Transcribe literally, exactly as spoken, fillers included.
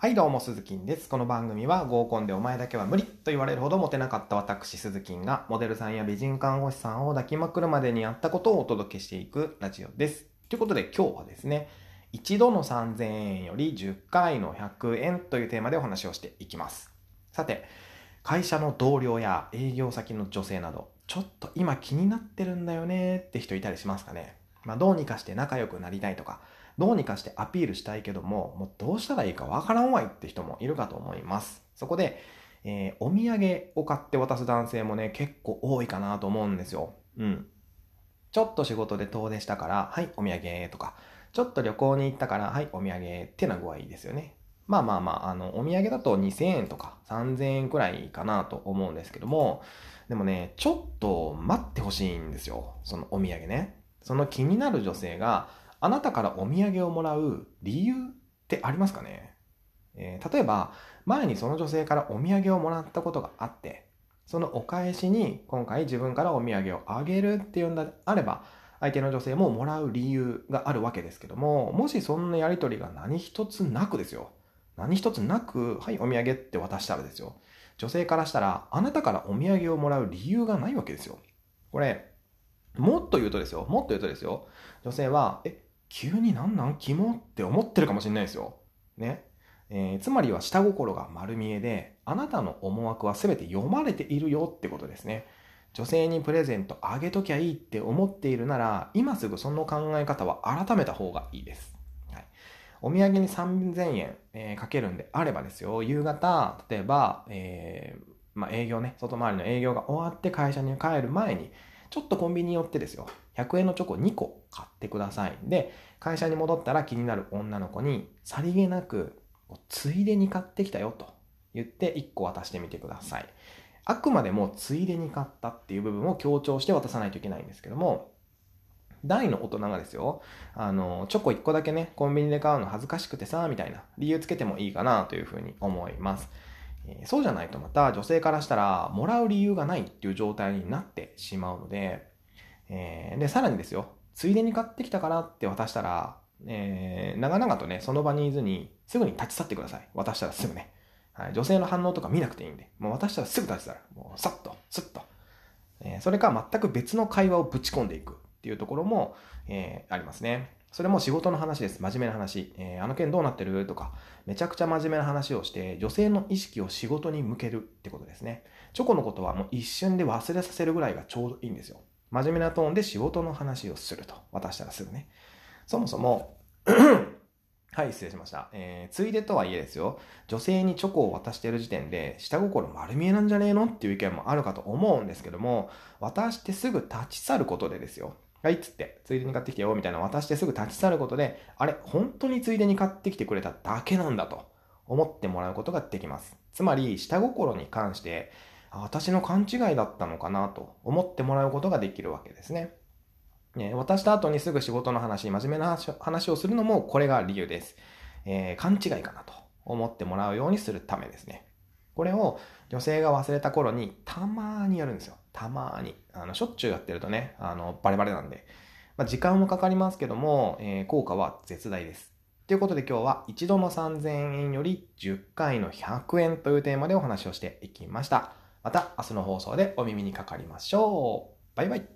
はいどうも、鈴金です。この番組は合コンでお前だけは無理と言われるほどモテなかった私鈴金がモデルさんや美人看護師さんを抱きまくるまでにあったことをお届けしていくラジオです。ということで今日はですね、一度のさんぜんえんよりじゅっかいのひゃくえんというテーマでお話をしていきます。さて、会社の同僚や営業先の女性など、ちょっと今気になってるんだよねって人いたりしますかね。まあ、どうにかして仲良くなりたいとか、どうにかしてアピールしたいけども、もうどうしたらいいかわからんわいって人もいるかと思います。そこで、えーお土産を買って渡す男性もね、結構多いかなと思うんですよ。うん。ちょっと仕事で遠出したから、はい、お土産とか、ちょっと旅行に行ったから、はい、お土産っていうのは具合いいですよね。まあまあまあ、あの、お土産だとにせんえんとかさんぜんえんくらいかなと思うんですけども、でもね、ちょっと待ってほしいんですよ。そのお土産ね。その気になる女性があなたからお土産をもらう理由ってありますかね。えー例えば、前にその女性からお土産をもらったことがあって、そのお返しに今回自分からお土産をあげるっていうんであれば、相手の女性ももらう理由があるわけですけども、もしそんなやりとりが何一つなくですよ。何一つなく、はい、お土産って渡したらですよ。女性からしたら、あなたからお土産をもらう理由がないわけですよ。これ、もっと言うとですよ。もっと言うとですよ。女性は、え、急になんなんキモって思ってるかもしれないですよ。ね。えーつまりは下心が丸見えで、あなたの思惑は全て読まれているよってことですね。女性にプレゼントあげときゃいいって思っているなら、今すぐその考え方は改めた方がいいです。はい、お土産にさんぜんえん、えーかけるんであればですよ、夕方、例えば、えーまあ、営業ね、外回りの営業が終わって会社に帰る前に、ちょっとコンビニ寄ってですよ、ひゃくえんのチョコにこ買ってください。で、会社に戻ったら気になる女の子に、さりげなく、ついでに買ってきたよと言っていっこ渡してみてください。あくまでもついでに買ったっていう部分を強調して渡さないといけないんですけども、大の大人がですよ、あの、チョコいっこだけね、コンビニで買うの恥ずかしくてさ、みたいな理由つけてもいいかなというふうに思います。えーそうじゃないとまた女性からしたら、もらう理由がないっていう状態になってしまうので、えーで、さらにですよ、ついでに買ってきたからって渡したら、えー長々とね、その場にいずに、すぐに立ち去ってください。渡したらすぐね。はい、女性の反応とか見なくていいんで、もう渡したらすぐ立ち去る。もうさっと、スッと。えーそれか全く別の会話をぶち込んでいくっていうところも、えーありますね。それも仕事の話です。真面目な話。えーあの件どうなってるとか、めちゃくちゃ真面目な話をして、女性の意識を仕事に向けるってことですね。チョコのことはもう一瞬で忘れさせるぐらいがちょうどいいんですよ。真面目なトーンで仕事の話をすると。渡したらすぐね。そもそもはい、失礼しました。えー、ついでとはいえですよ、女性にチョコを渡している時点で、下心丸見えなんじゃねえのっていう意見もあるかと思うんですけども、渡してすぐ立ち去ることでですよ、はい、っつって、ついでに買ってきてよ、みたいな渡してすぐ立ち去ることで、あれ、本当についでに買ってきてくれただけなんだと思ってもらうことができます。つまり、下心に関して、あ私の勘違いだったのかなと思ってもらうことができるわけですね。ね、渡した後にすぐ仕事の話、真面目な話をするのもこれが理由です。えー勘違いかなと思ってもらうようにするためですね。これを女性が忘れた頃にたまーにやるんですよ。たまーに。あのしょっちゅうやってるとね、あのバレバレなんで。まあ、時間もかかりますけども、えー効果は絶大です。ということで今日は一度のさんぜんえんよりじゅっかいのひゃくえんというテーマでお話をしていきました。また明日の放送でお耳にかかりましょう。バイバイ。